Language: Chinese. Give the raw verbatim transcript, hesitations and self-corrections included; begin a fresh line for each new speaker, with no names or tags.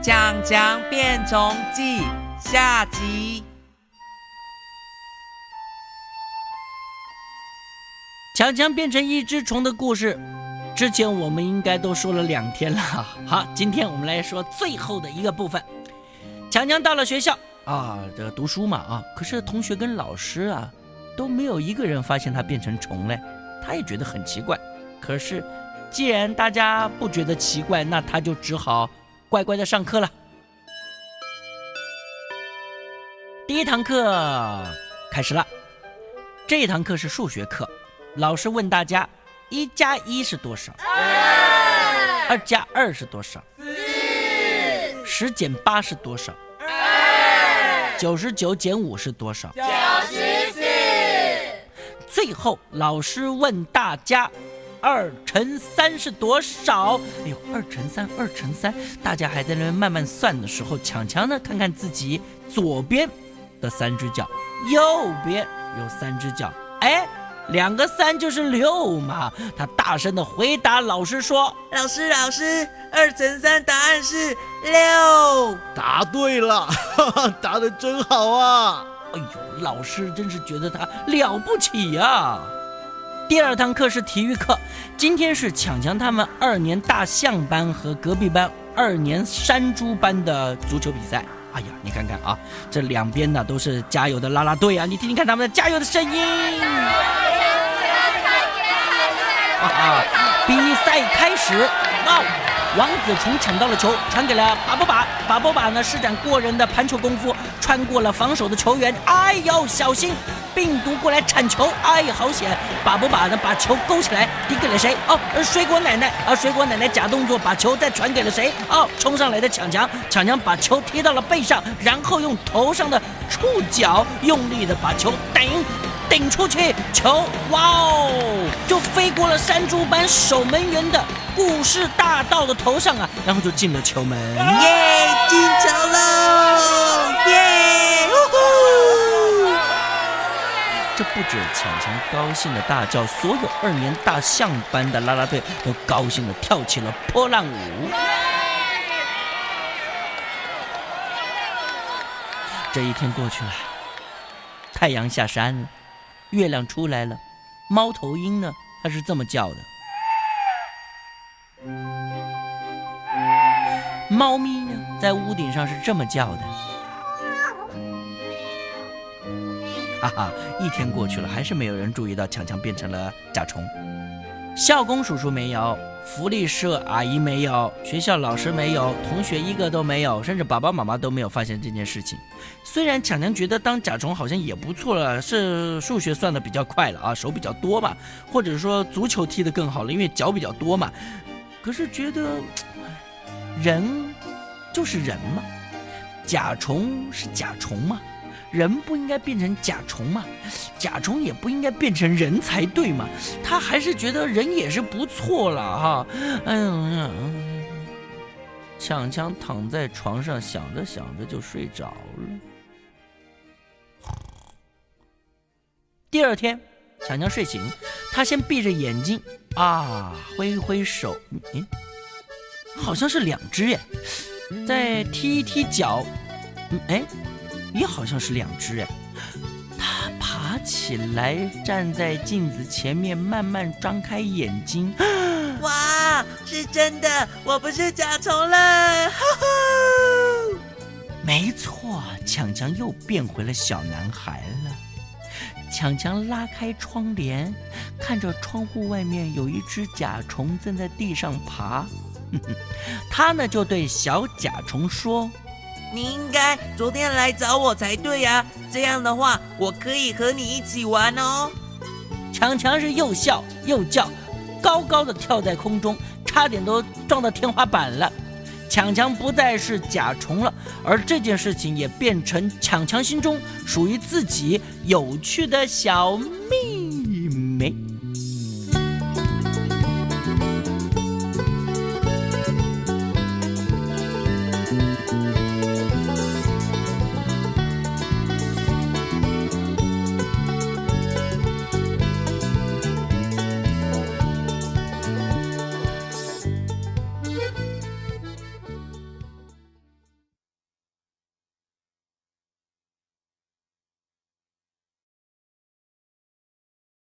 强强变虫记》下集。
强强变成一只虫的故事，之前我们应该都说了两天了。好，今天我们来说最后的一个部分。强强到了学校啊，这个读书嘛啊，可是同学跟老师啊都没有一个人发现他变成虫嘞，他也觉得很奇怪。可是既然大家不觉得奇怪，那他就只好乖乖的上课了。第一堂课开始了，这一堂课是数学课。老师问大家，一加一是多少？二。二加二是多少？
四。
十减八是多少？
二。
九十九减五是多少？
九十四。
最后老师问大家，二乘三是多少？哎呦，二乘三，二乘三，大家还在那边慢慢算的时候，强强呢看看自己左边的三只脚，右边有三只脚，哎，两个三就是六嘛。他大声的回答老师说：
老师老师，二乘三答案是六。
答对了，哈哈，答得真好啊！
哎呦，老师真是觉得他了不起啊。第二堂课是体育课，今天是强强他们二年大象班和隔壁班二年山猪班的足球比赛。哎呀，你看看啊，这两边呢都是加油的啦啦队啊，你听听看他们的加油的声音。啊，比赛开始，哇！王子虫抢到了球，传给了巴波把，巴波把呢施展过人的盘球功夫，穿过了防守的球员，哎呦，小心病毒过来铲球，哎呀，好险！巴波把呢把球勾起来，递给了谁？哦，水果奶奶啊，水果奶奶假动作把球再传给了谁？哦，冲上来的强强，强强把球贴到了背上，然后用头上的触角用力的把球顶。顶出去，球哇哦，就飞过了山猪班守门员的故事大道的头上啊，然后就进了球门，
耶，进球喽，耶！
这不止强强高兴的大叫，所有二年大象班的啦啦队都高兴的跳起了波浪舞。这一天过去了，太阳下山了。月亮出来了，猫头鹰呢？它是这么叫的。猫咪呢，在屋顶上是这么叫的。哈哈，一天过去了，还是没有人注意到强强变成了甲虫。校工叔叔没有，福利社阿姨没有，学校老师没有，同学一个都没有，甚至爸爸妈妈都没有发现这件事情。虽然强强觉得当甲虫好像也不错了，是数学算得比较快了啊，手比较多嘛，或者说足球踢得更好了，因为脚比较多嘛。可是觉得人就是人嘛，甲虫是甲虫嘛，人不应该变成甲虫嘛，甲虫也不应该变成人才对嘛。他还是觉得人也是不错了哈。哎呀，强强躺在床上想着想着就睡着了。第二天强强睡醒，他先闭着眼睛啊，挥挥手，嗯，好像是两只耶，再踢一踢脚，嗯，哎，也好像是两只哎。他爬起来，站在镜子前面，慢慢张开眼睛。
哇，是真的，我不是甲虫了！哈哈，
没错，强强又变回了小男孩了。强强拉开窗帘，看着窗户外面有一只甲虫正在地上爬。他呢就对小甲虫说：
你应该昨天来找我才对呀，这样的话我可以和你一起玩哦。
强强是又笑又叫，高高的跳在空中，差点都撞到天花板了。强强不再是甲虫了，而这件事情也变成强强心中属于自己有趣的小秘